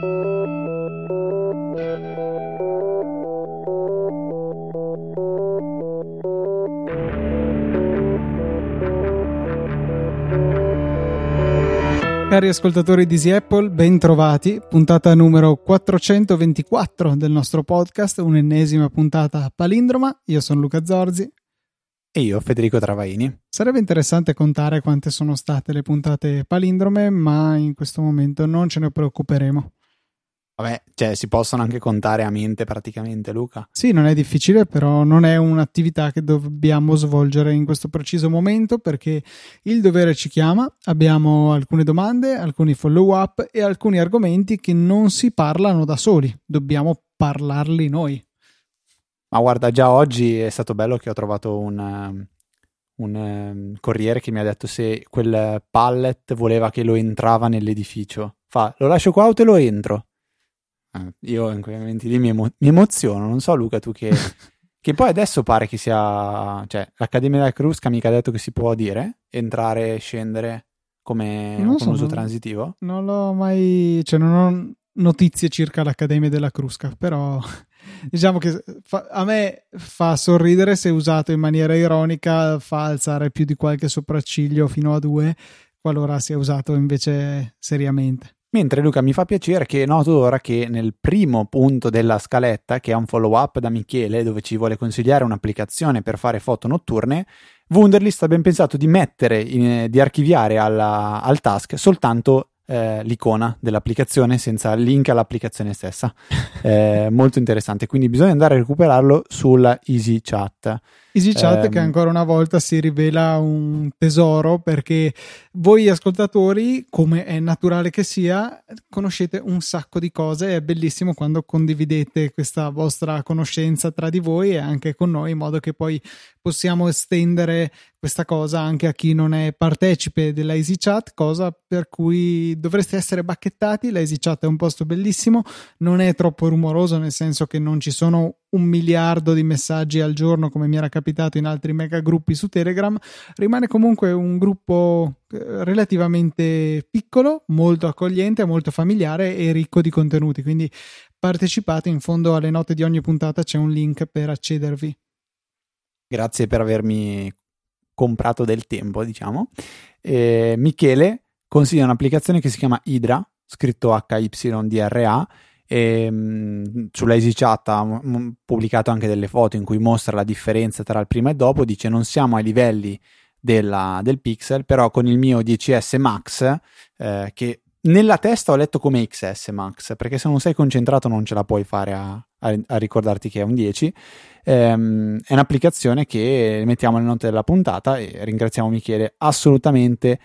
Cari ascoltatori di Easy Apple, ben trovati, puntata numero 424 del nostro podcast, un'ennesima puntata palindroma. Io sono Luca Zorzi. E io, Federico Travaini. Sarebbe interessante contare quante sono state le puntate palindrome, ma in questo momento non ce ne preoccuperemo. Vabbè, cioè si possono anche contare a mente praticamente, Luca. Sì, non è difficile, però non è un'attività che dobbiamo svolgere in questo preciso momento perché il dovere ci chiama, abbiamo alcune domande, alcuni follow up e alcuni argomenti che non si parlano da soli, dobbiamo parlarli noi. Ma guarda, già oggi è stato bello che ho trovato un corriere che mi ha detto se quel pallet voleva che lo entrava nell'edificio. Lo lascio qua o te lo entro? Io in quei momenti lì mi emoziono, non so Luca tu che poi adesso pare che sia, cioè l'Accademia della Crusca mica ha detto che si può dire entrare e scendere come uso transitivo? Non l'ho mai, cioè non ho notizie circa l'Accademia della Crusca, però diciamo che a me fa sorridere se usato in maniera ironica, fa alzare più di qualche sopracciglio fino a 2 qualora sia usato invece seriamente. Mentre Luca mi fa piacere che noto ora che nel primo punto della scaletta, che è un follow up da Michele dove ci vuole consigliare un'applicazione per fare foto notturne, Wunderlist ha ben pensato di di archiviare al task soltanto l'icona dell'applicazione senza il link all'applicazione stessa. Molto interessante, quindi bisogna andare a recuperarlo sulla EasyChat. EasyChat che ancora una volta si rivela un tesoro perché voi ascoltatori, come è naturale che sia, conoscete un sacco di cose. È bellissimo quando condividete questa vostra conoscenza tra di voi e anche con noi, in modo che poi possiamo estendere questa cosa anche a chi non è partecipe della EasyChat, cosa per cui dovreste essere bacchettati. La EasyChat è un posto bellissimo, non è troppo rumoroso, nel senso che non ci sono 1 miliardo di messaggi al giorno come mi era capitato in altri mega gruppi su Telegram. Rimane comunque un gruppo relativamente piccolo, molto accogliente, molto familiare e ricco di contenuti, quindi partecipate. In fondo alle note di ogni puntata c'è un link per accedervi. Grazie per avermi comprato del tempo, diciamo. Michele consiglia un'applicazione che si chiama Hydra, scritto HYDRA, e sulla EasyChat ha pubblicato anche delle foto in cui mostra la differenza tra il prima e dopo. Dice: non siamo ai livelli del Pixel, però con il mio 10S Max, che nella testa ho letto come XS Max, perché se non sei concentrato non ce la puoi fare a ricordarti che è un 10. È un'applicazione che mettiamo nelle note della puntata e ringraziamo Michele assolutamente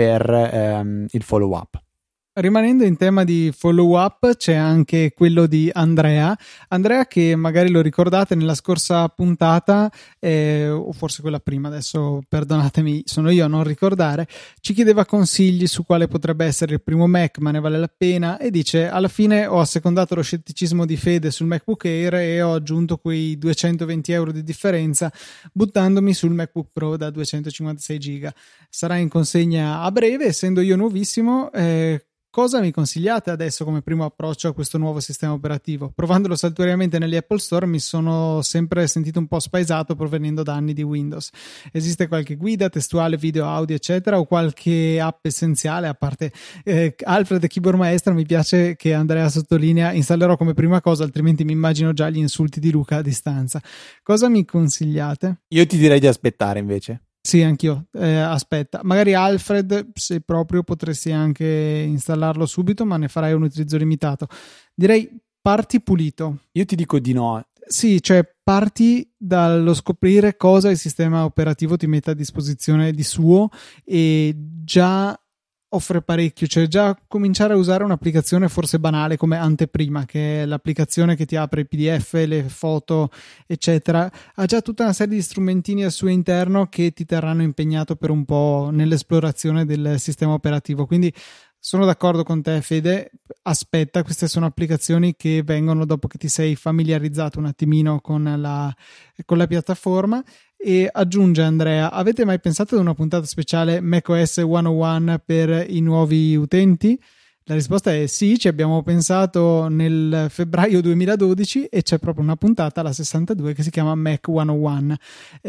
per il follow up. Rimanendo in tema di follow up, c'è anche quello di Andrea, che magari lo ricordate nella scorsa puntata, o forse quella prima, adesso perdonatemi, sono io a non ricordare, ci chiedeva consigli su quale potrebbe essere il primo Mac, ma ne vale la pena, e dice: alla fine ho assecondato lo scetticismo di Fede sul MacBook Air e ho aggiunto quei 220 euro di differenza buttandomi sul MacBook Pro da 256 giga. Sarà in consegna a breve, essendo io nuovissimo. Cosa mi consigliate adesso come primo approccio a questo nuovo sistema operativo? Provandolo saltuariamente negli Apple Store mi sono sempre sentito un po' spaesato provenendo da anni di Windows. Esiste qualche guida testuale, video, audio, eccetera, o qualche app essenziale? A parte Alfred Keyboard Maestro, mi piace che Andrea sottolinea: installerò come prima cosa, altrimenti mi immagino già gli insulti di Luca a distanza. Cosa mi consigliate? Io ti direi di aspettare invece. Sì, anch'io. Aspetta, magari Alfred, se proprio, potresti anche installarlo subito, ma ne farai un utilizzo limitato. Direi parti pulito. Io ti dico di no. Sì, cioè parti dallo scoprire cosa il sistema operativo ti mette a disposizione di suo e già offre parecchio, cioè già cominciare a usare un'applicazione forse banale come Anteprima, che è l'applicazione che ti apre i PDF, le foto eccetera, ha già tutta una serie di strumentini al suo interno che ti terranno impegnato per un po' nell'esplorazione del sistema operativo, quindi sono d'accordo con te, Fede. Aspetta, queste sono applicazioni che vengono dopo che ti sei familiarizzato un attimino con la piattaforma. E aggiunge Andrea: avete mai pensato ad una puntata speciale macOS 101 per i nuovi utenti? La risposta è sì, ci abbiamo pensato nel febbraio 2012 e c'è proprio una puntata, la 62, che si chiama Mac 101.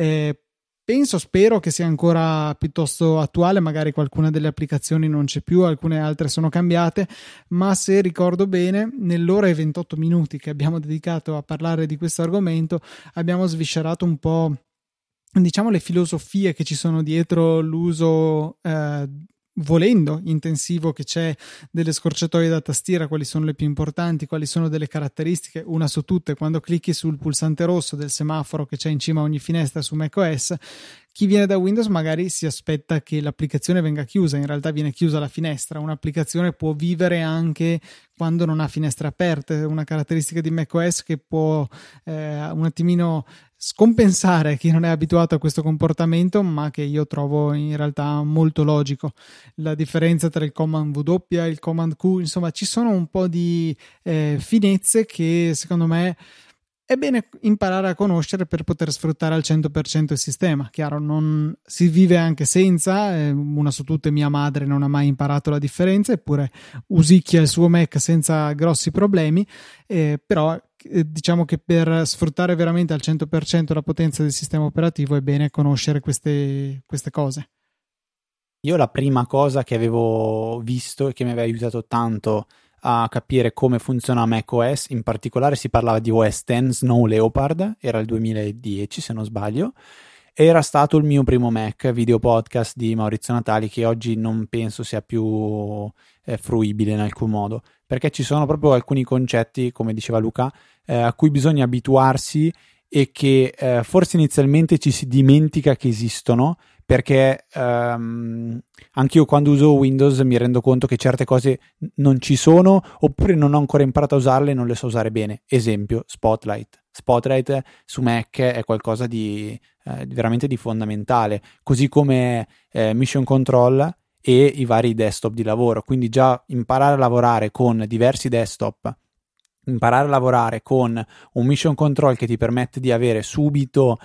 Spero che sia ancora piuttosto attuale, magari qualcuna delle applicazioni non c'è più, alcune altre sono cambiate, ma se ricordo bene, nell'ora e 28 minuti che abbiamo dedicato a parlare di questo argomento, abbiamo sviscerato un po', diciamo, le filosofie che ci sono dietro l'uso volendo intensivo che c'è delle scorciatoie da tastiera, quali sono le più importanti, quali sono delle caratteristiche. Una su tutte, quando clicchi sul pulsante rosso del semaforo che c'è in cima a ogni finestra su macOS, chi viene da Windows magari si aspetta che l'applicazione venga chiusa, in realtà viene chiusa la finestra. Un'applicazione può vivere anche quando non ha finestre aperte, una caratteristica di macOS che può un attimino scompensare chi non è abituato a questo comportamento, ma che io trovo in realtà molto logico. La differenza tra il command W e il command Q, insomma ci sono un po' di finezze che secondo me è bene imparare a conoscere per poter sfruttare al 100% il sistema. Chiaro, non si vive anche senza, una su tutte mia madre non ha mai imparato la differenza, eppure usicchia il suo Mac senza grossi problemi, però diciamo che per sfruttare veramente al 100% la potenza del sistema operativo è bene conoscere queste cose. Io la prima cosa che avevo visto e che mi aveva aiutato tanto a capire come funziona macOS, in particolare si parlava di OS X Snow Leopard, era il 2010 se non sbaglio, era stato il mio primo Mac video podcast di Maurizio Natali, che oggi non penso sia più fruibile in alcun modo, perché ci sono proprio alcuni concetti, come diceva Luca, a cui bisogna abituarsi e che forse inizialmente ci si dimentica che esistono, perché anch'io quando uso Windows mi rendo conto che certe cose non ci sono, oppure non ho ancora imparato a usarle e non le so usare bene. Esempio, Spotlight su Mac è qualcosa di veramente di fondamentale, così come Mission Control e i vari desktop di lavoro. Quindi già imparare a lavorare con diversi desktop, imparare a lavorare con un Mission Control che ti permette di avere subito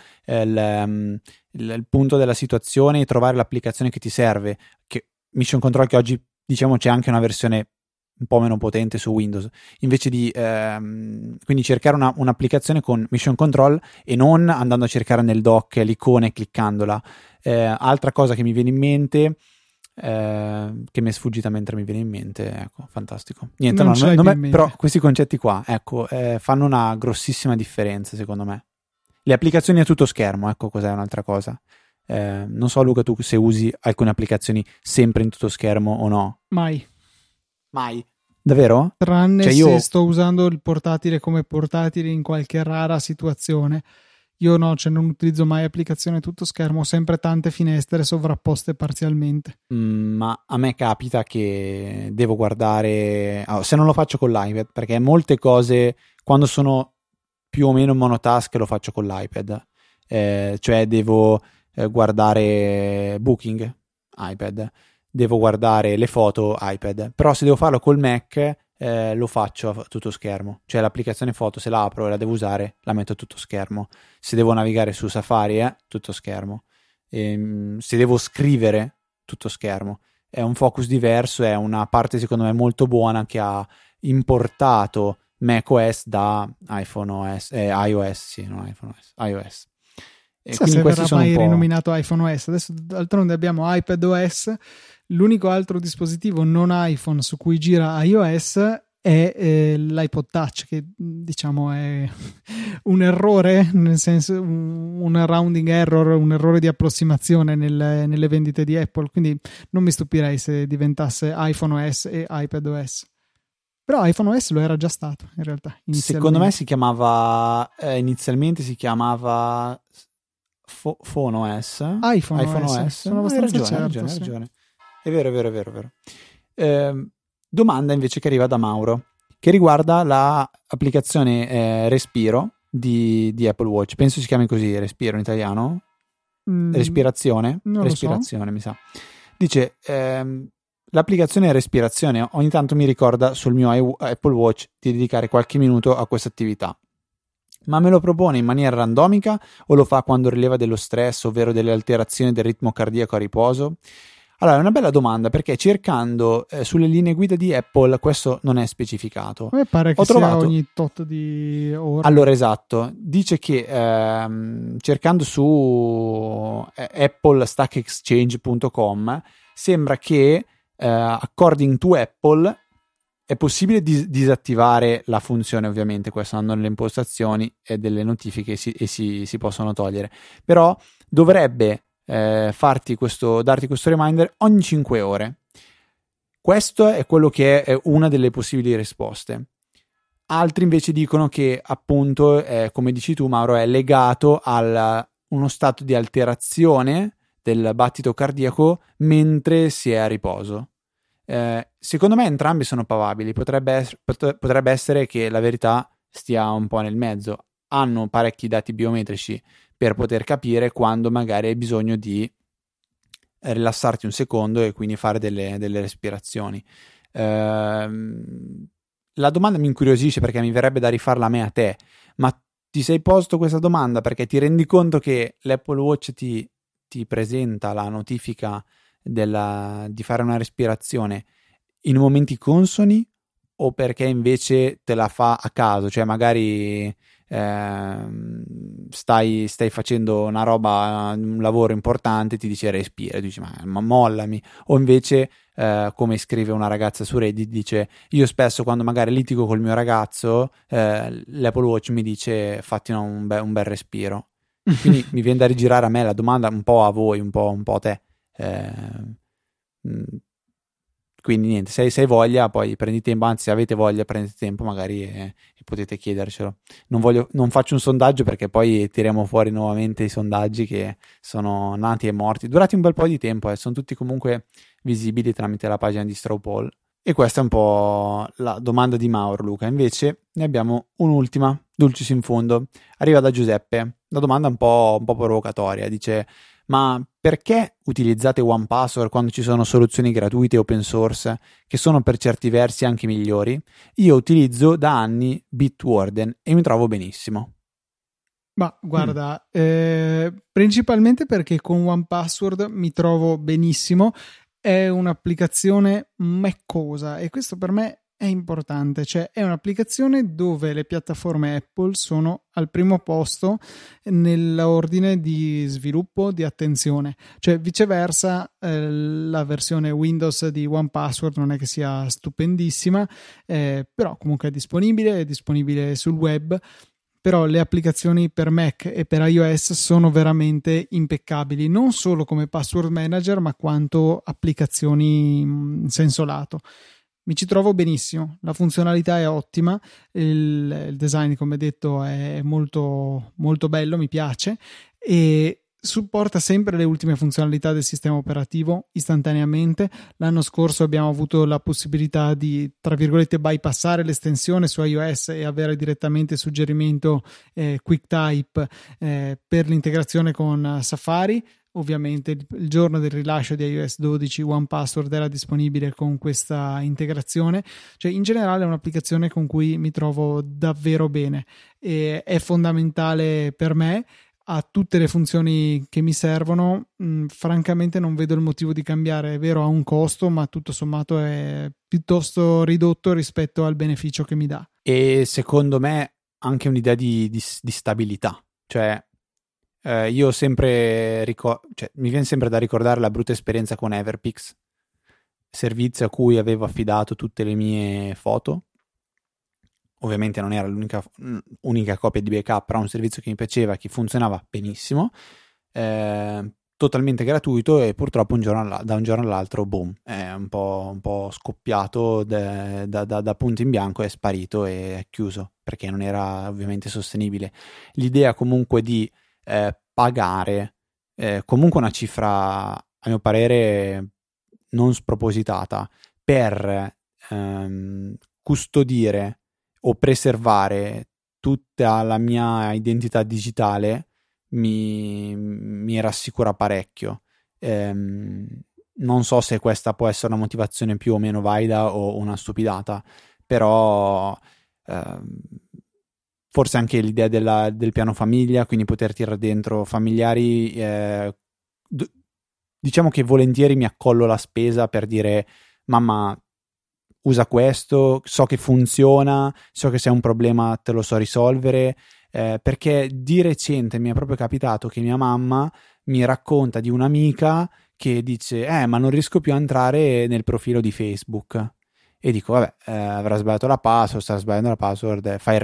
il punto della situazione e trovare l'applicazione che ti serve, che Mission Control che oggi diciamo c'è anche una versione un po' meno potente su Windows, invece di quindi cercare un'applicazione con Mission Control e non andando a cercare nel dock l'icona e cliccandola. Altra cosa che mi viene in mente, che mi è sfuggita mentre mi viene in mente, ecco, fantastico, niente, però questi concetti qua, ecco, fanno una grossissima differenza secondo me. Le applicazioni a tutto schermo, ecco cos'è un'altra cosa. Non so Luca, tu se usi alcune applicazioni sempre in tutto schermo o no? Mai. Davvero? Tranne se sto usando il portatile come portatile in qualche rara situazione. Io no, non utilizzo mai applicazione tutto schermo, ho sempre tante finestre sovrapposte parzialmente. Ma a me capita che devo guardare, se non lo faccio con l'iPad, perché molte cose quando sono più o meno monotask lo faccio con l'iPad, cioè devo guardare Booking, iPad, devo guardare le foto, iPad, però se devo farlo col Mac lo faccio a tutto schermo, cioè l'applicazione foto se la apro e la devo usare la metto a tutto schermo, se devo navigare su Safari tutto schermo, se devo scrivere tutto schermo. È un focus diverso, è una parte secondo me molto buona che ha importato macOS da iPhone OS, iOS, sì, non iPhone OS, iOS. E quindi se verrà mai rinominato iPhone OS. Adesso d'altronde abbiamo iPadOS, l'unico altro dispositivo non iPhone su cui gira iOS è l'iPod Touch, che diciamo è un errore, nel senso un rounding error, un errore di approssimazione nelle vendite di Apple, quindi non mi stupirei se diventasse iPhone OS e iPadOS. Però iPhone OS lo era già stato in realtà. Secondo me si chiamava inizialmente si chiamava Phone OS, iPhone OS. Sono abbastanza certo, hai ragione. È vero. Domanda invece che arriva da Mauro, che riguarda l'applicazione Respiro di Apple Watch. Penso si chiami così, Respiro in italiano. Respirazione? Respirazione, mi sa. Dice l'applicazione Respirazione ogni tanto mi ricorda sul mio Apple Watch di dedicare qualche minuto a questa attività. Ma me lo propone in maniera randomica o lo fa quando rileva dello stress, ovvero delle alterazioni del ritmo cardiaco a riposo? Allora, è una bella domanda, perché cercando sulle linee guida di Apple questo non è specificato. A me pare che Ho sia trovato... ogni tot di ore. Allora, esatto, dice che cercando su applestackexchange.com sembra che according to Apple è possibile disattivare la funzione, ovviamente questo andando nelle impostazioni e delle notifiche si possono togliere, però dovrebbe darti questo reminder ogni 5 ore. Questo è quello che è una delle possibili risposte. Altri invece dicono che appunto, come dici tu Mauro, è legato a uno stato di alterazione del battito cardiaco mentre si è a riposo. Secondo me entrambi sono probabili, potrebbe essere che la verità stia un po' nel mezzo. Hanno parecchi dati biometrici per poter capire quando magari hai bisogno di rilassarti un secondo e quindi fare delle respirazioni. La domanda mi incuriosisce perché mi verrebbe da rifarla a me a te, ma ti sei posto questa domanda perché ti rendi conto che l'Apple Watch ti presenta la notifica di fare una respirazione in momenti consoni, o perché invece te la fa a caso, cioè magari stai facendo una roba, un lavoro importante, ti dice respira, tu dici ma mollami, o invece come scrive una ragazza su Reddit, dice io spesso quando magari litigo col mio ragazzo l'Apple Watch mi dice fatti un bel respiro. Quindi mi viene da rigirare a me la domanda un po' a voi, un po' a te. Quindi niente, se hai voglia poi prendi tempo, anzi se avete voglia prendete tempo magari e potete chiedercelo. Non faccio un sondaggio perché poi tiriamo fuori nuovamente i sondaggi che sono nati e morti, durati un bel po' di tempo, sono tutti comunque visibili tramite la pagina di Straw Poll. E questa è un po' la domanda di Mauro. Luca, invece ne abbiamo un'ultima, dulcis in fondo, arriva da Giuseppe, una domanda un po' provocatoria, dice: ma perché utilizzate OnePassword quando ci sono soluzioni gratuite open source che sono per certi versi anche migliori? Io utilizzo da anni Bitwarden e mi trovo benissimo. Ma guarda, principalmente perché con OnePassword mi trovo benissimo, è un'applicazione meccosa e questo per me è importante, cioè è un'applicazione dove le piattaforme Apple sono al primo posto nell'ordine di sviluppo di attenzione, cioè viceversa la versione Windows di OnePassword non è che sia stupendissima, però comunque è disponibile sul web. Però le applicazioni per Mac e per iOS sono veramente impeccabili, non solo come password manager, ma quanto applicazioni in senso lato. Mi ci trovo benissimo, la funzionalità è ottima, il design, come detto, è molto, molto bello, mi piace, e supporta sempre le ultime funzionalità del sistema operativo istantaneamente. L'anno scorso abbiamo avuto la possibilità di, tra virgolette, bypassare l'estensione su iOS e avere direttamente suggerimento QuickType per l'integrazione con Safari. Ovviamente il giorno del rilascio di iOS 12 OnePassword era disponibile con questa integrazione, cioè in generale è un'applicazione con cui mi trovo davvero bene e è fondamentale per me, ha tutte le funzioni che mi servono. Francamente non vedo il motivo di cambiare. È vero, ha un costo, ma tutto sommato è piuttosto ridotto rispetto al beneficio che mi dà. E secondo me anche un'idea di stabilità, cioè io sempre mi viene sempre da ricordare la brutta esperienza con Everpix, servizio a cui avevo affidato tutte le mie foto. Ovviamente non era l'unica copia di backup, però un servizio che mi piaceva, che funzionava benissimo, totalmente gratuito, e purtroppo da un giorno all'altro, boom, è un po' scoppiato da punto in bianco, è sparito e è chiuso, perché non era ovviamente sostenibile. L'idea comunque di pagare comunque una cifra, a mio parere, non spropositata per custodire o preservare tutta la mia identità digitale mi rassicura parecchio. Non so se questa può essere una motivazione più o meno valida o una stupidata, però forse anche l'idea del piano famiglia, quindi poter tirare dentro familiari diciamo che volentieri mi accollo la spesa per dire mamma usa questo, so che funziona, so che se hai un problema te lo so risolvere, perché di recente mi è proprio capitato che mia mamma mi racconta di un'amica che dice ma non riesco più a entrare nel profilo di Facebook, e dico vabbè, avrà sbagliato la password, sta sbagliando la password, fai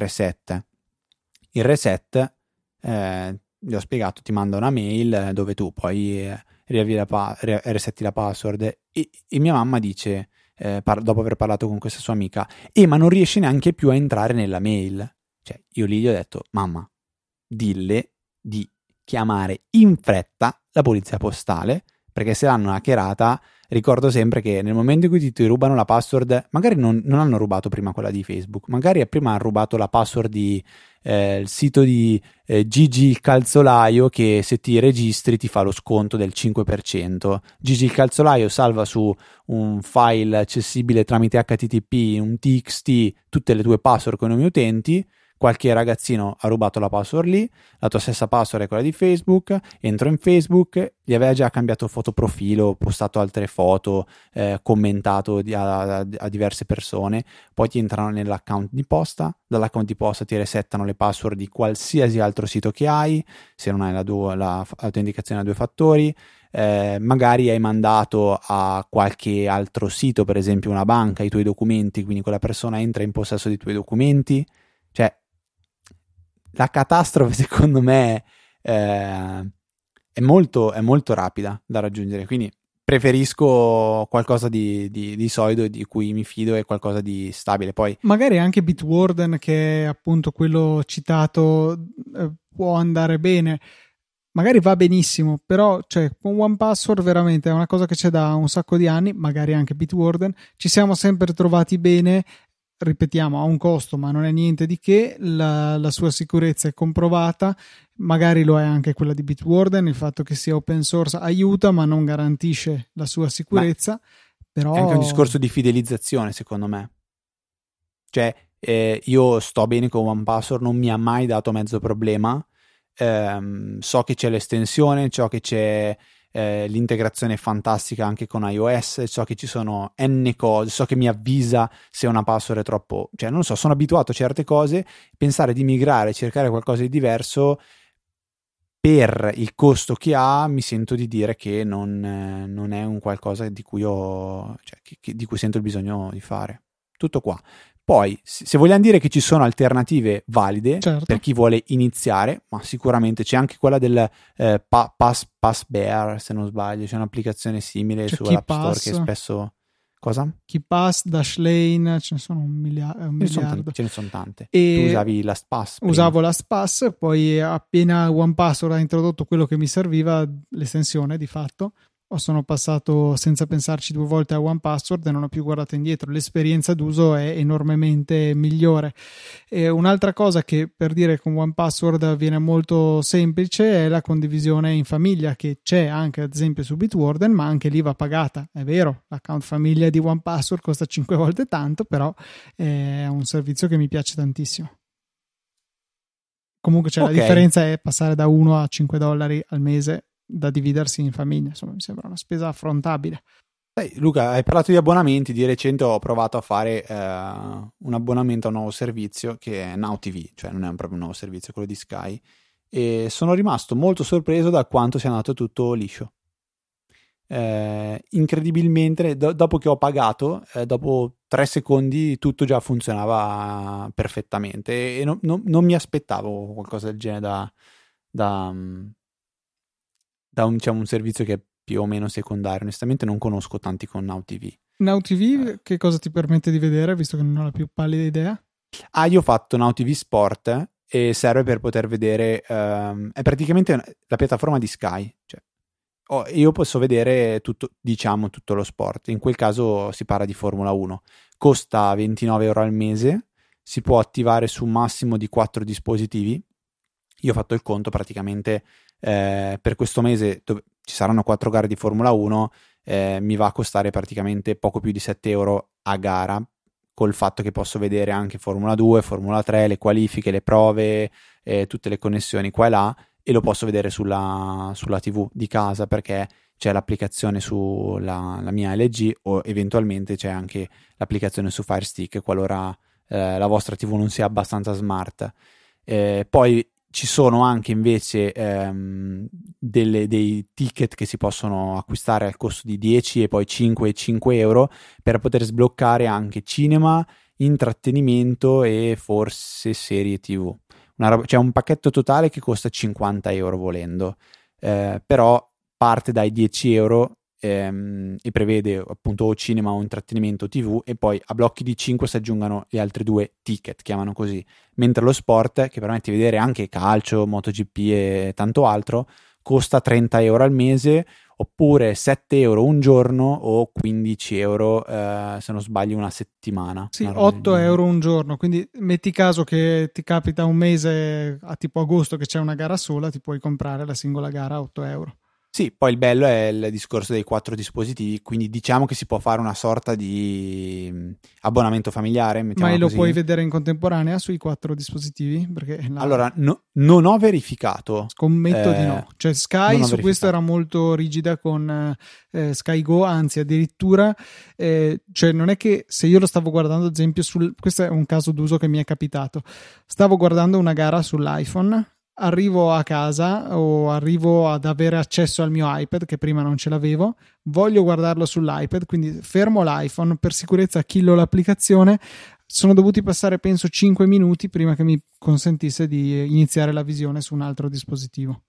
il reset, gli ho spiegato, ti manda una mail dove tu poi resetti la password, e mia mamma dice dopo aver parlato con questa sua amica, ma non riesce neanche più a entrare nella mail. Cioè, io lì gli ho detto, mamma, dille di chiamare in fretta la polizia postale, perché se l'hanno hackerata, ricordo sempre che nel momento in cui ti rubano la password, magari non hanno rubato prima quella di Facebook, magari prima hanno rubato la password di il sito di Gigi il calzolaio, che se ti registri ti fa lo sconto del 5%. Gigi il calzolaio salva su un file accessibile tramite HTTP, un TXT, tutte le tue password con i nomi utenti. Qualche ragazzino ha rubato la password lì, la tua stessa password è quella di Facebook, entro in Facebook, gli aveva già cambiato fotoprofilo, postato altre foto, commentato a diverse persone, poi ti entrano nell'account di posta, dall'account di posta ti resettano le password di qualsiasi altro sito che hai, se non hai l'autenticazione a due fattori, magari hai mandato a qualche altro sito, per esempio una banca, i tuoi documenti, quindi quella persona entra in possesso dei tuoi documenti. Cioè, la catastrofe secondo me è molto rapida da raggiungere, quindi preferisco qualcosa di solido e di cui mi fido, e qualcosa di stabile. Poi magari anche Bitwarden, che è appunto quello citato, può andare bene, magari va benissimo, però cioè, con OnePassword veramente è una cosa che c'è da un sacco di anni, magari anche Bitwarden, ci siamo sempre trovati bene. Ripetiamo, ha un costo, ma non è niente di che, la sua sicurezza è comprovata, magari lo è anche quella di Bitwarden, il fatto che sia open source aiuta, ma non garantisce la sua sicurezza. Però è anche un discorso di fidelizzazione, secondo me. Cioè, io sto bene con OnePassword, non mi ha mai dato mezzo problema, so che c'è l'estensione, so che c'è l'integrazione fantastica anche con iOS, so che ci sono n cose, so che mi avvisa se una password è troppo, cioè non lo so, sono abituato a certe cose. Pensare di migrare, cercare qualcosa di diverso per il costo che ha, mi sento di dire che non è un qualcosa di cui di cui sento il bisogno di fare. Tutto qua. Poi, se vogliamo dire che ci sono alternative valide, certo, per chi vuole iniziare, ma sicuramente c'è anche quella del PassBear, se non sbaglio, c'è un'applicazione simile su App Store che spesso... Cosa? KeePass, Dashlane, ce ne sono un miliardo. Ce ne sono tante. E tu usavi LastPass prima. Usavo LastPass, poi appena OnePassword ha introdotto quello che mi serviva, l'estensione di fatto, sono passato senza pensarci due volte a OnePassword e non ho più guardato indietro. L'esperienza d'uso è enormemente migliore. E un'altra cosa che, per dire, con OnePassword viene molto semplice è la condivisione in famiglia, che c'è anche ad esempio su Bitwarden, ma anche lì va pagata. È vero, l'account famiglia di OnePassword costa 5 volte tanto, però è un servizio che mi piace tantissimo. Comunque la differenza è passare da 1 a $5 al mese da dividersi in famiglia. Insomma, mi sembra una spesa affrontabile. Luca, hai parlato di abbonamenti. Di recente ho provato a fare un abbonamento a un nuovo servizio che è Now TV, cioè non è proprio un nuovo servizio, quello di Sky, e sono rimasto molto sorpreso da quanto sia andato tutto liscio. Incredibilmente, dopo che ho pagato, dopo 3 secondi tutto già funzionava perfettamente, e non mi aspettavo qualcosa del genere da un servizio che è più o meno secondario. Onestamente non conosco tanti con Now TV. Now TV che cosa ti permette di vedere, visto che non ho la più pallida idea? Io ho fatto Now TV Sport, e serve per poter vedere, è praticamente la piattaforma di Sky, cioè io posso vedere tutto lo sport. In quel caso si parla di Formula 1, costa €29 al mese, si può attivare su un massimo di 4 dispositivi. Io ho fatto il conto, praticamente per questo mese, dove ci saranno 4 gare di Formula 1, mi va a costare praticamente poco più di €7 a gara, col fatto che posso vedere anche Formula 2, Formula 3, le qualifiche, le prove, tutte le connessioni qua e là, e lo posso vedere sulla TV di casa, perché c'è l'applicazione sulla la mia LG, o eventualmente c'è anche l'applicazione su Fire Stick qualora la vostra TV non sia abbastanza smart. Poi ci sono anche invece dei ticket che si possono acquistare al costo di 10 e poi 5 e 5 euro per poter sbloccare anche cinema, intrattenimento e forse serie TV. C'è un pacchetto totale che costa 50 euro volendo, però parte dai 10 euro e prevede appunto o cinema o intrattenimento TV, e poi a blocchi di 5 si aggiungano gli altri due ticket, chiamano così, mentre lo sport, che permette di vedere anche calcio, MotoGP e tanto altro, costa 30 euro al mese, oppure 7 euro un giorno o 15 euro se non sbaglio una settimana. Sì, 8 euro un giorno, quindi metti caso che ti capita un mese a tipo agosto che c'è una gara sola, ti puoi comprare la singola gara a 8 euro. Sì, poi il bello è il discorso dei 4 dispositivi, quindi diciamo che si può fare una sorta di abbonamento familiare. Ma lo così. puoi vedere in contemporanea sui 4 dispositivi? Perché allora, non ho verificato. Scommetto di no. Cioè Sky su questo era molto rigida con Sky Go, anzi addirittura, cioè non è che se io lo stavo guardando ad esempio questo è un caso d'uso che mi è capitato, stavo guardando una gara sull'iPhone, arrivo a casa o arrivo ad avere accesso al mio iPad che prima non ce l'avevo, voglio guardarlo sull'iPad, quindi fermo l'iPhone, per sicurezza chillo l'applicazione, sono dovuti passare penso 5 minuti prima che mi consentisse di iniziare la visione su un altro dispositivo.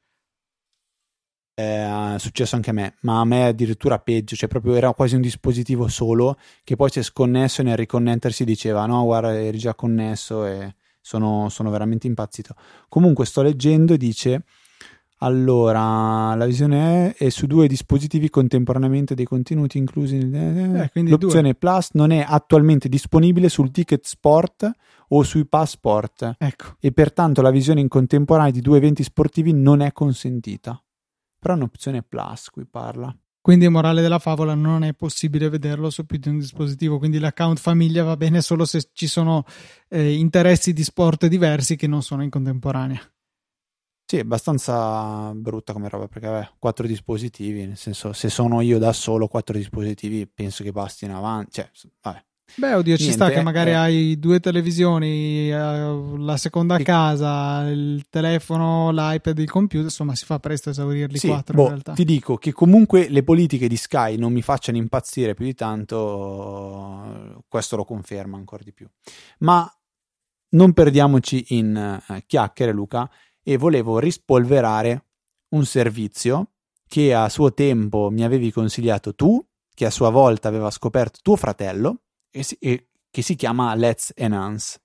È successo anche a me, ma a me addirittura peggio, cioè proprio era quasi un dispositivo solo che poi si è sconnesso e nel riconnettersi diceva no guarda eri già connesso, e sono veramente impazzito. Comunque sto leggendo e dice allora la visione è su 2 dispositivi contemporaneamente dei contenuti inclusi l'opzione 2 Plus non è attualmente disponibile sul Ticket Sport o sui Passport, ecco. E pertanto la visione in contemporanea di 2 eventi sportivi non è consentita, però è un'opzione Plus qui parla. Quindi morale della favola, non è possibile vederlo su più di un dispositivo, quindi l'account famiglia va bene solo se ci sono interessi di sport diversi che non sono in contemporanea. Sì, è abbastanza brutta come roba, perché vabbè, 4 dispositivi, nel senso, se sono io da solo 4 dispositivi penso che bastino avanti, cioè, vabbè. Beh, oddio, ci sta che magari hai 2 televisioni, la seconda casa, il telefono, l'iPad, il computer, insomma si fa presto a esaurirli 4 in realtà. Ti dico che comunque le politiche di Sky non mi facciano impazzire più di tanto, questo lo conferma ancora di più. Ma non perdiamoci in chiacchiere, Luca, e volevo rispolverare un servizio che a suo tempo mi avevi consigliato tu, che a sua volta aveva scoperto tuo fratello, e che si chiama Let's Enhance,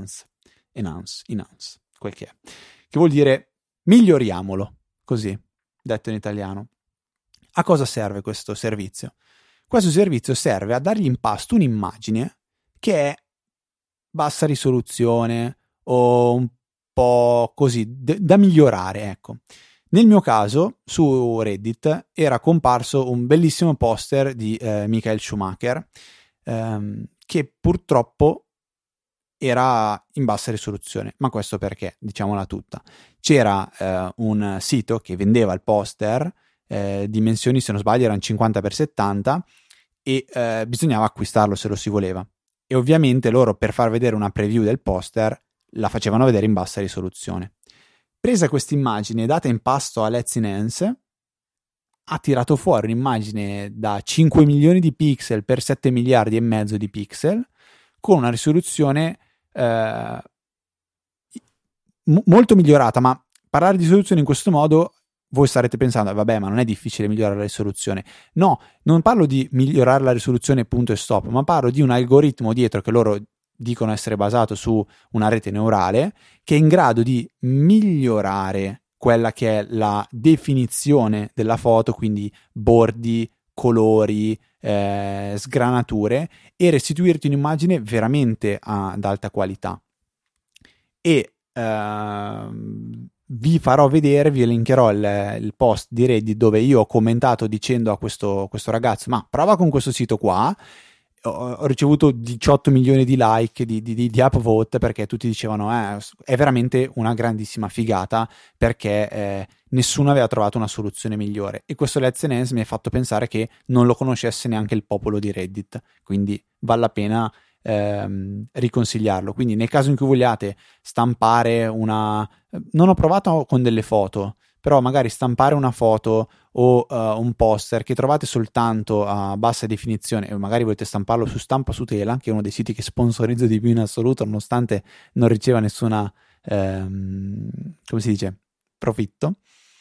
quel che è, che vuol dire miglioriamolo, così detto in italiano. A cosa serve questo servizio? Questo servizio serve a dargli in pasto un'immagine che è bassa risoluzione o un po' così da migliorare, ecco. Nel mio caso su Reddit era comparso un bellissimo poster di Michael Schumacher, che purtroppo era in bassa risoluzione, ma questo perché, diciamola tutta, c'era un sito che vendeva il poster, dimensioni se non sbaglio erano 50x70 e bisognava acquistarlo se lo si voleva, e ovviamente loro per far vedere una preview del poster la facevano vedere in bassa risoluzione. Presa questa immagine data in pasto a Let's Enhance, ha tirato fuori un'immagine da 5 milioni di pixel per 7 miliardi e mezzo di pixel con una risoluzione molto migliorata. Ma parlare di risoluzione in questo modo, voi starete pensando vabbè, ma non è difficile migliorare la risoluzione. No, non parlo di migliorare la risoluzione punto e stop, ma parlo di un algoritmo dietro che loro dicono essere basato su una rete neurale che è in grado di migliorare quella che è la definizione della foto, quindi bordi, colori, sgranature, e restituirti un'immagine veramente ad alta qualità. E vi farò vedere, vi linkerò il post di Reddit dove io ho commentato dicendo a questo ragazzo ma prova con questo sito qua. Ho ricevuto 18 milioni di like di upvote perché tutti dicevano è veramente una grandissima figata, perché nessuno aveva trovato una soluzione migliore, e questo Let's Dance mi ha fatto pensare che non lo conoscesse neanche il popolo di Reddit, quindi vale la pena riconsigliarlo. Quindi nel caso in cui vogliate stampare non ho provato con delle foto, però magari stampare una foto o un poster che trovate soltanto a bassa definizione, e magari volete stamparlo su Stampa su Tela, che è uno dei siti che sponsorizzo di più in assoluto, nonostante non riceva nessuna come si dice, profitto.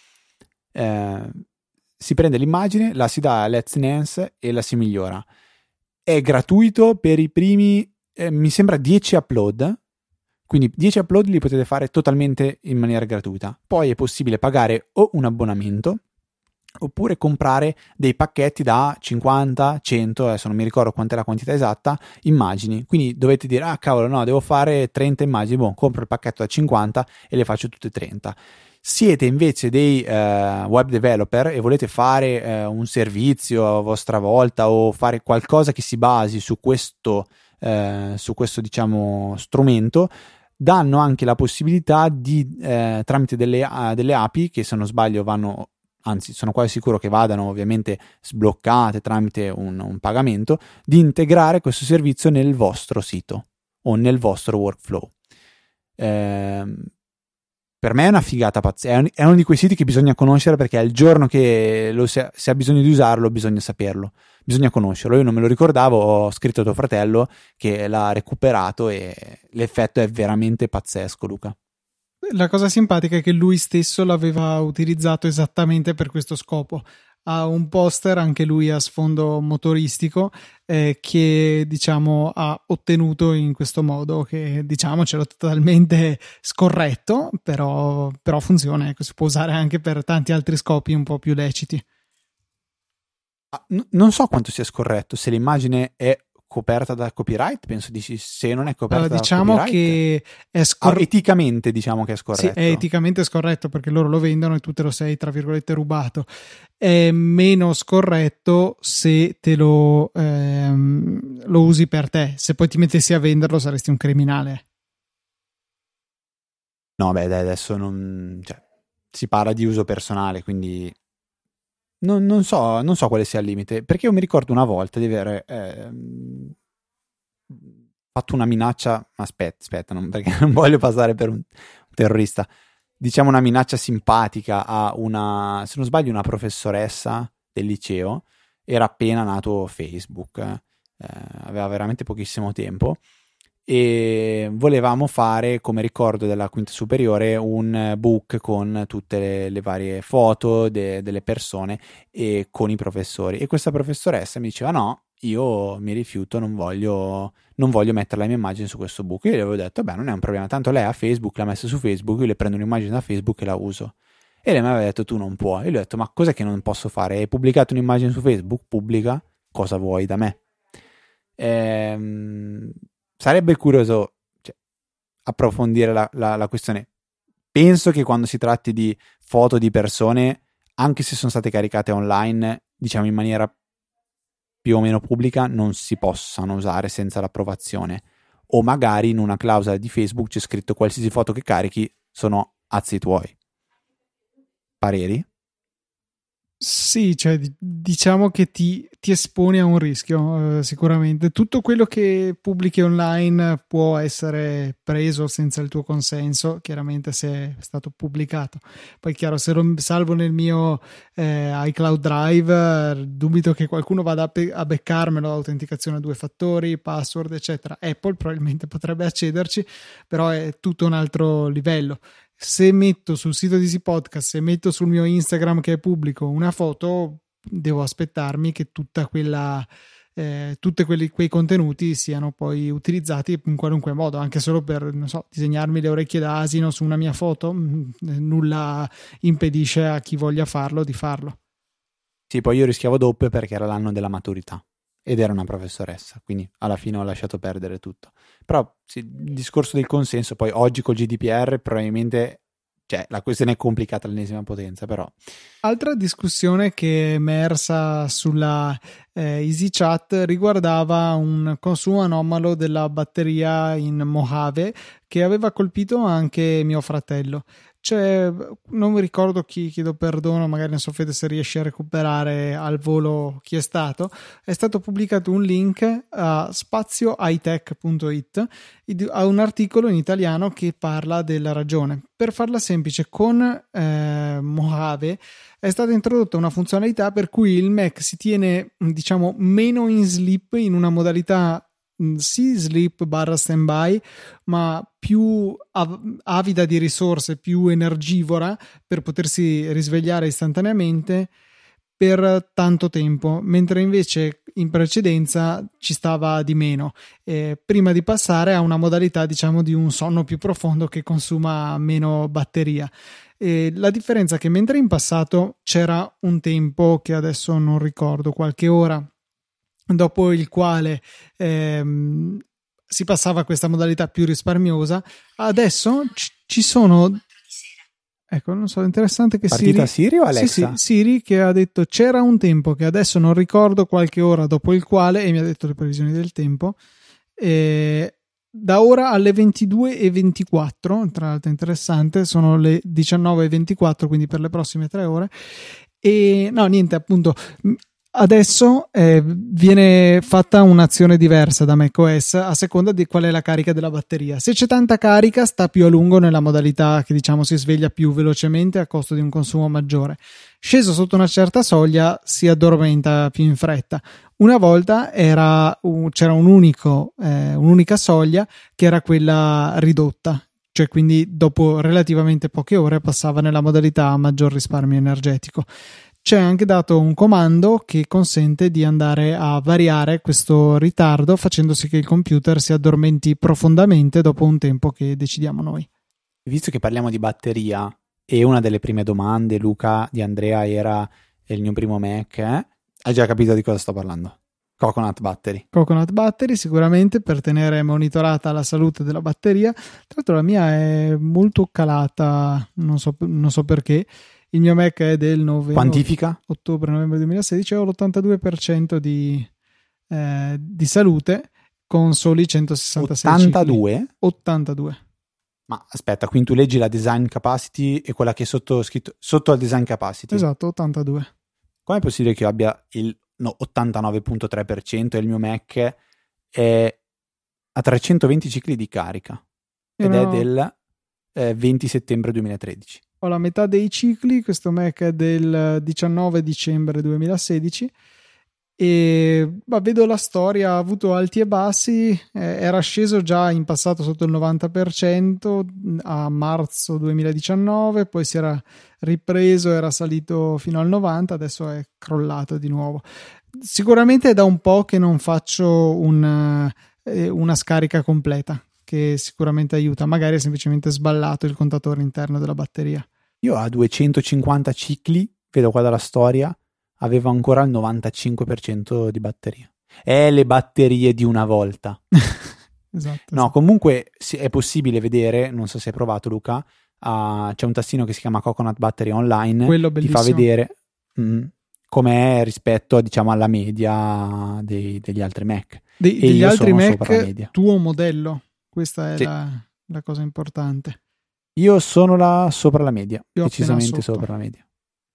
Si prende l'immagine, la si dà a Let's Dance e la si migliora. È gratuito per i primi mi sembra 10 upload, quindi 10 upload li potete fare totalmente in maniera gratuita. Poi è possibile pagare o un abbonamento oppure comprare dei pacchetti da 50, 100, adesso non mi ricordo quant'è la quantità esatta, immagini. Quindi dovete dire, ah cavolo, no, devo fare 30 immagini, compro il pacchetto da 50 e le faccio tutte 30. Siete invece dei web developer e volete fare un servizio a vostra volta o fare qualcosa che si basi su questo diciamo strumento, danno anche la possibilità di tramite delle API che, se non sbaglio, vanno, anzi sono quasi sicuro che vadano ovviamente sbloccate tramite un pagamento, di integrare questo servizio nel vostro sito o nel vostro workflow. Per me è una figata pazzesca, è uno di quei siti che bisogna conoscere, perché al giorno che se ha bisogno di usarlo bisogna saperlo, bisogna conoscerlo. Io non me lo ricordavo, ho scritto a tuo fratello che l'ha recuperato e l'effetto è veramente pazzesco, Luca. La cosa simpatica è che lui stesso l'aveva utilizzato esattamente per questo scopo. Ha un poster anche lui a sfondo motoristico che diciamo ha ottenuto in questo modo, che diciamo c'era totalmente scorretto, però funziona, ecco, si può usare anche per tanti altri scopi un po' più leciti. Non so quanto sia scorretto, se l'immagine è coperta da copyright, penso di sì. Se non è coperta diciamo da copyright, che è eticamente diciamo che è scorretto. Sì, è eticamente scorretto perché loro lo vendono e tu te lo sei tra virgolette rubato. È meno scorretto se te lo usi per te. Se poi ti mettessi a venderlo saresti un criminale. No, beh, dai, adesso non, cioè, si parla di uso personale, quindi non so quale sia il limite, perché io mi ricordo una volta di aver fatto una minaccia, aspetta, perché non voglio passare per un terrorista, diciamo una minaccia simpatica a una, se non sbaglio, una professoressa del liceo. Era appena nato Facebook, aveva veramente pochissimo tempo, e volevamo fare, come ricordo della quinta superiore, un book con tutte le varie foto delle persone e con i professori, e questa professoressa mi diceva no, io mi rifiuto, non voglio mettere la mia immagine su questo book. Io gli avevo detto beh, non è un problema, tanto lei ha Facebook, l'ha messa su Facebook, io le prendo un'immagine da Facebook e la uso. E lei mi aveva detto tu non puoi. E io gli ho detto ma cos'è che non posso fare? Hai pubblicato un'immagine su Facebook? Pubblica, cosa vuoi da me? Sarebbe curioso, cioè, approfondire la questione. Penso che quando si tratti di foto di persone, anche se sono state caricate online, diciamo in maniera più o meno pubblica, non si possano usare senza l'approvazione, o magari in una clausola di Facebook c'è scritto qualsiasi foto che carichi sono azzi tuoi. Pareri? Sì, cioè diciamo che ti esponi a un rischio, sicuramente. Tutto quello che pubblichi online può essere preso senza il tuo consenso, chiaramente se è stato pubblicato. Poi chiaro, se lo salvo nel mio iCloud Drive, dubito che qualcuno vada a beccarmelo, autenticazione a 2 fattori, password, eccetera. Apple probabilmente potrebbe accederci, però è tutto un altro livello. Se metto sul sito di Easy Podcast, se metto sul mio Instagram che è pubblico una foto, devo aspettarmi che tutta quella tutti quei contenuti siano poi utilizzati in qualunque modo, anche solo per, non so, disegnarmi le orecchie da asino su una mia foto. Nulla impedisce a chi voglia farlo di farlo. Sì, poi io rischiavo doppio perché era l'anno della maturità ed era una professoressa, quindi alla fine ho lasciato perdere tutto. Però sì, il discorso del consenso, poi oggi col GDPR probabilmente, cioè, la questione è complicata all'ennesima potenza, però Altra discussione che è emersa sulla EasyChat riguardava un consumo anomalo della batteria in Mojave che aveva colpito anche mio fratello. Non mi ricordo chi, chiedo perdono, magari non so Fede se riesci a recuperare al volo chi è stato pubblicato un link a spaziohightech.it a un articolo in italiano che parla della ragione. Per farla semplice, con Mojave è stata introdotta una funzionalità per cui il Mac si tiene, diciamo, meno in sleep, in una modalità sì sleep / standby, ma più avida di risorse, più energivora per potersi risvegliare istantaneamente per tanto tempo, mentre invece in precedenza ci stava di meno, prima di passare a una modalità, diciamo, di un sonno più profondo che consuma meno batteria. La differenza è che mentre in passato c'era un tempo che adesso non ricordo, qualche ora dopo il quale si passava a questa modalità più risparmiosa, adesso ci sono, ecco, non so, interessante che Siri o Alexa? Sì, Siri che ha detto c'era un tempo che adesso non ricordo, qualche ora dopo il quale, e mi ha detto le previsioni del tempo, da ora alle 22:24, tra l'altro interessante, sono le 19:24, quindi per le prossime 3 ore. E no, niente, appunto, adesso viene fatta un'azione diversa da macOS a seconda di qual è la carica della batteria. Se c'è tanta carica, sta più a lungo nella modalità che, diciamo, si sveglia più velocemente a costo di un consumo maggiore. Sceso sotto una certa soglia, si addormenta più in fretta. Una volta c'era un'unica soglia che era quella ridotta, cioè quindi dopo relativamente poche ore passava nella modalità a maggior risparmio energetico. C'è anche dato un comando che consente di andare a variare questo ritardo facendo sì che il computer si addormenti profondamente dopo un tempo che decidiamo noi. Visto che parliamo di batteria e una delle prime domande, Luca, di Andrea era il mio primo Mac, hai già capito di cosa sto parlando? Coconut Battery sicuramente, per tenere monitorata la salute della batteria. Tra l'altro la mia è molto calata, non so perché. Il mio Mac è del 9 Quantifica? Ottobre-novembre 2016, ho l'82% di salute con soli 166 82? Cicli. 82. Ma aspetta, quindi tu leggi la design capacity e quella che è scritto sotto al design capacity. Esatto, 82. Com'è possibile che io abbia il 89.3% e il mio Mac è a 320 cicli di carica è del 20 settembre 2013? Ho la metà dei cicli, questo Mac è del 19 dicembre 2016 e vedo la storia, ha avuto alti e bassi, era sceso già in passato sotto il 90% a marzo 2019, poi si era ripreso, era salito fino al 90%, adesso è crollato di nuovo. Sicuramente è da un po' che non faccio una scarica completa, che sicuramente aiuta, magari è semplicemente sballato il contatore interno della batteria. Io a 250 cicli, vedo qua dalla storia, avevo ancora il 95% di batteria. Le batterie di una volta. Esatto. No, comunque è possibile vedere, non so se hai provato Luca, c'è un tastino che si chiama Coconut Battery Online, quello bellissimo. Ti fa vedere com'è rispetto, diciamo, alla media degli altri Mac. Degli altri Mac, tuo modello, questa è sì. la cosa importante. Io sono sopra la media, decisamente sopra la media.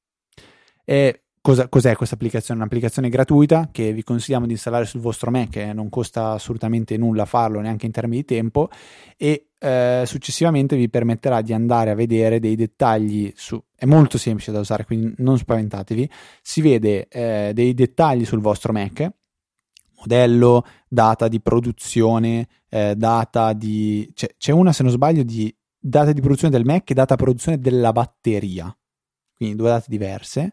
E cos'è questa applicazione? Un'applicazione gratuita che vi consigliamo di installare sul vostro Mac, non costa assolutamente nulla farlo, neanche in termini di tempo, e successivamente vi permetterà di andare a vedere dei dettagli è molto semplice da usare, quindi non spaventatevi. Si vede dei dettagli sul vostro Mac, modello, data di produzione, data di... c'è una, se non sbaglio, di data di produzione del Mac e data di produzione della batteria, quindi 2 date diverse,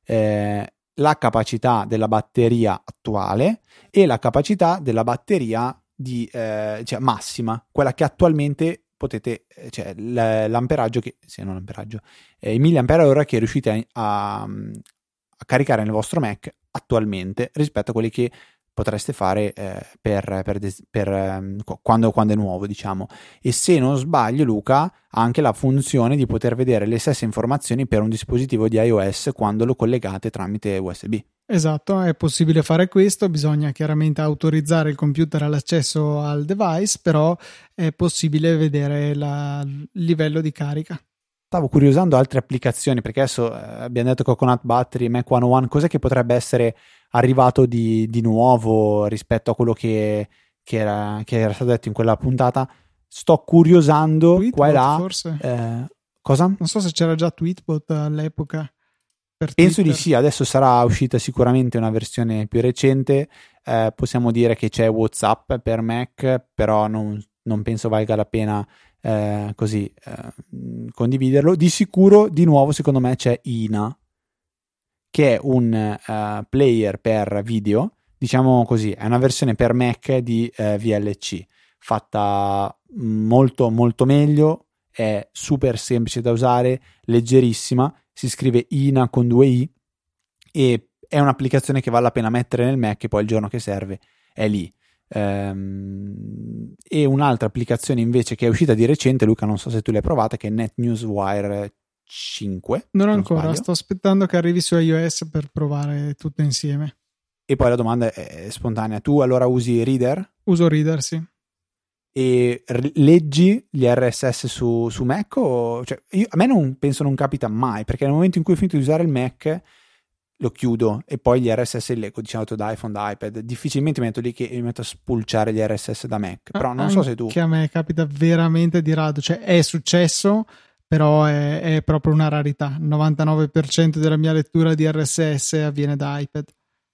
la capacità della batteria attuale e la capacità della batteria massima, quella che attualmente potete, l'amperaggio i milliampere che riuscite a caricare nel vostro Mac attualmente rispetto a quelli che potreste fare quando è nuovo, diciamo. E se non sbaglio, Luca ha anche la funzione di poter vedere le stesse informazioni per un dispositivo di iOS quando lo collegate tramite USB. Esatto, è possibile fare questo, bisogna chiaramente autorizzare il computer all'accesso al device, però è possibile vedere il livello di carica. Stavo curiosando altre applicazioni, perché adesso abbiamo detto Coconut Battery, Mac One One, cos'è che potrebbe essere arrivato di nuovo rispetto a quello che era stato detto in quella puntata? Sto curiosando Tweetbot, qua e là. Forse? Cosa? Non so se c'era già Tweetbot all'epoca. Penso di sì, adesso sarà uscita sicuramente una versione più recente. Possiamo dire che c'è WhatsApp per Mac, però non penso valga la pena condividerlo. Di sicuro, di nuovo, secondo me c'è Ina, che è un player per video, diciamo così, è una versione per Mac di VLC, fatta molto molto meglio, è super semplice da usare, leggerissima, si scrive Ina con 2 i e è un'applicazione che vale la pena mettere nel Mac e poi il giorno che serve è lì. E un'altra applicazione invece che è uscita di recente, Luca, non so se tu l'hai provata, che è NetNewsWire 5. Non ancora, sto aspettando che arrivi su iOS per provare tutto insieme. E poi la domanda è spontanea: tu allora usi Reader? Uso Reader, sì. E leggi gli RSS su Mac? Cioè, a me non capita mai, perché nel momento in cui ho finito di usare il Mac lo chiudo e poi gli RSS li leggo, diciamo, da iPhone, da iPad. Difficilmente mi metto lì che mi metto a spulciare gli RSS da Mac, però non so se tu... Che a me capita veramente di rado, cioè è successo, però è proprio una rarità. Il 99% della mia lettura di RSS avviene da iPad.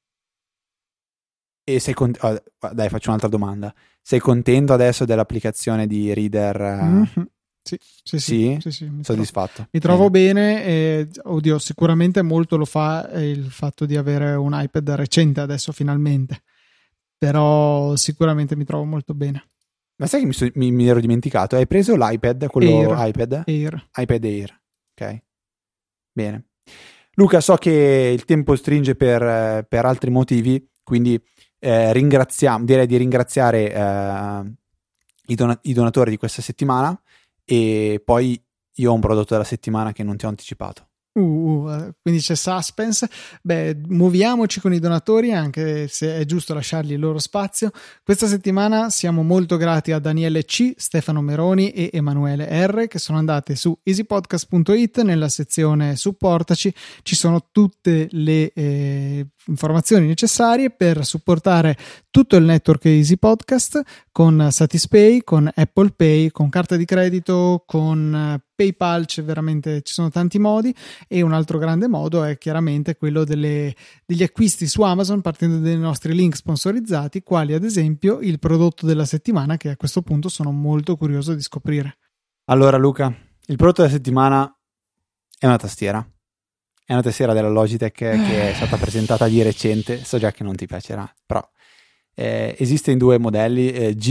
E dai, faccio un'altra domanda. Sei contento adesso dell'applicazione di Reader? Mm-hmm. Sì, soddisfatto. Mi trovo bene e, oddio, sicuramente molto lo fa il fatto di avere un iPad recente adesso finalmente, però sicuramente mi trovo molto bene. Ma sai che mi ero dimenticato? Hai preso l'iPad? Quello Air. iPad Air. Ok, bene. Luca, so che il tempo stringe per altri motivi, quindi direi di ringraziare i donatori di questa settimana. E poi io ho un prodotto della settimana che non ti ho anticipato. Quindi c'è suspense. Beh, muoviamoci con i donatori, anche se è giusto lasciargli il loro spazio. Questa settimana siamo molto grati a Daniele C, Stefano Meroni e Emanuele R, che sono andate su easypodcast.it. Nella sezione supportaci ci sono tutte le informazioni necessarie per supportare tutto il network Easy Podcast con Satispay, con Apple Pay, con carta di credito, con PayPal. Ci sono tanti modi, e un altro grande modo è chiaramente quello degli acquisti su Amazon partendo dai nostri link sponsorizzati, quali ad esempio il prodotto della settimana, che a questo punto sono molto curioso di scoprire. Allora Luca, il prodotto della settimana è una tastiera. È una tastiera della Logitech che è stata presentata di recente. So già che non ti piacerà, però esiste in 2 modelli,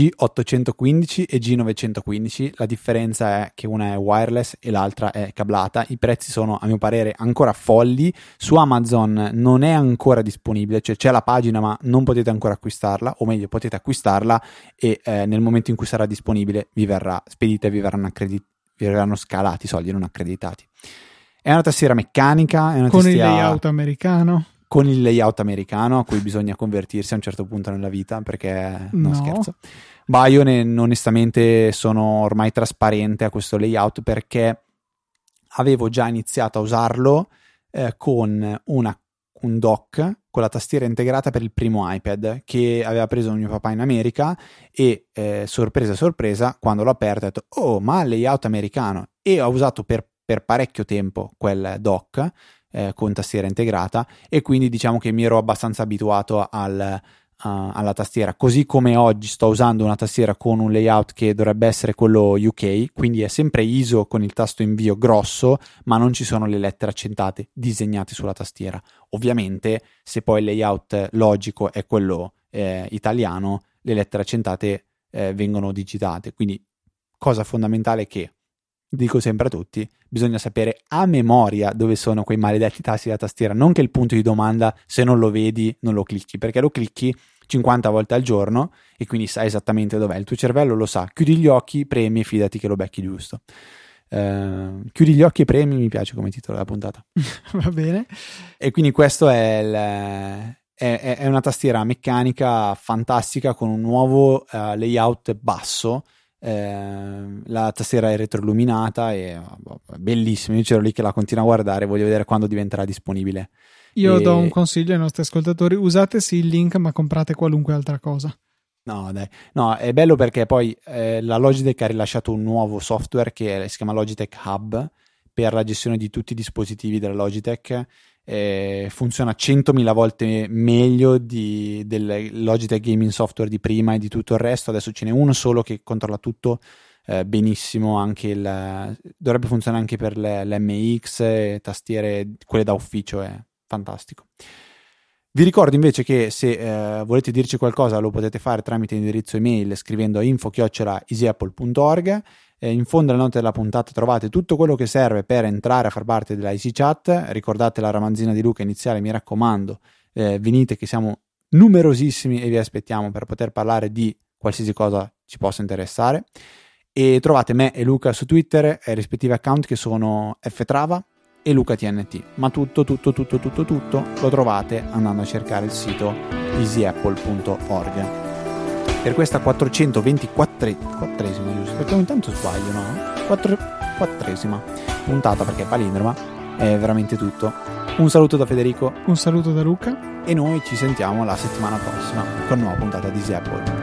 G815 e G915. La differenza è che una è wireless e l'altra è cablata. I prezzi sono, a mio parere, ancora folli. Su Amazon non è ancora disponibile, cioè c'è la pagina ma non potete ancora acquistarla, o meglio potete acquistarla e nel momento in cui sarà disponibile vi verrà spedita e vi verranno scalati i soldi, non accreditati. È una tastiera meccanica, è una con il layout americano. Con il layout americano a cui bisogna convertirsi a un certo punto nella vita, perché no, scherzo. Ma io onestamente sono ormai trasparente a questo layout, perché avevo già iniziato a usarlo con un dock con la tastiera integrata per il primo iPad che aveva preso mio papà in America, e sorpresa, quando l'ho aperto ho detto: oh, ma layout americano, e ho usato per parecchio tempo quel dock con tastiera integrata, e quindi diciamo che mi ero abbastanza abituato alla tastiera, così come oggi sto usando una tastiera con un layout che dovrebbe essere quello UK, quindi è sempre ISO con il tasto invio grosso, ma non ci sono le lettere accentate disegnate sulla tastiera. Ovviamente se poi il layout logico è quello italiano, le lettere accentate vengono digitate. Quindi cosa fondamentale che dico sempre a tutti: bisogna sapere a memoria dove sono quei maledetti tasti della tastiera, non che il punto di domanda, se non lo vedi non lo clicchi, perché lo clicchi 50 volte al giorno e quindi sai esattamente dov'è, il tuo cervello lo sa, chiudi gli occhi, premi e fidati che lo becchi giusto. Chiudi gli occhi e premi, mi piace come titolo della puntata. Va bene. E quindi questo è una tastiera meccanica fantastica con un nuovo layout basso. La tastiera è retroilluminata e bellissima. Io c'ero lì che la continuo a guardare, voglio vedere quando diventerà disponibile. Io do un consiglio ai nostri ascoltatori: usate sì il link, ma comprate qualunque altra cosa. No, dai. No, è bello perché poi la Logitech ha rilasciato un nuovo software che si chiama Logitech Hub per la gestione di tutti i dispositivi della Logitech. Funziona 100.000 volte meglio del Logitech Gaming Software di prima e di tutto il resto. Adesso ce n'è uno solo che controlla tutto benissimo, anche dovrebbe funzionare anche per l'MX, tastiere, quelle da ufficio, è fantastico. Vi ricordo invece che se volete dirci qualcosa lo potete fare tramite indirizzo email scrivendo a info@easyapple.org. In fondo alle note della puntata trovate tutto quello che serve per entrare a far parte della Easy Chat. Ricordate la ramanzina di Luca iniziale, mi raccomando, venite che siamo numerosissimi e vi aspettiamo per poter parlare di qualsiasi cosa ci possa interessare. E trovate me e Luca su Twitter e rispettivi account che sono ftrava e LucaTNT, ma tutto lo trovate andando a cercare il sito easyapple.org. Per questa 424esima, giusto? Perché ogni tanto sbaglio, no? 4esima puntata, perché è palindroma, è veramente tutto. Un saluto da Federico, un saluto da Luca e noi ci sentiamo la settimana prossima con una nuova puntata di Easy Apple.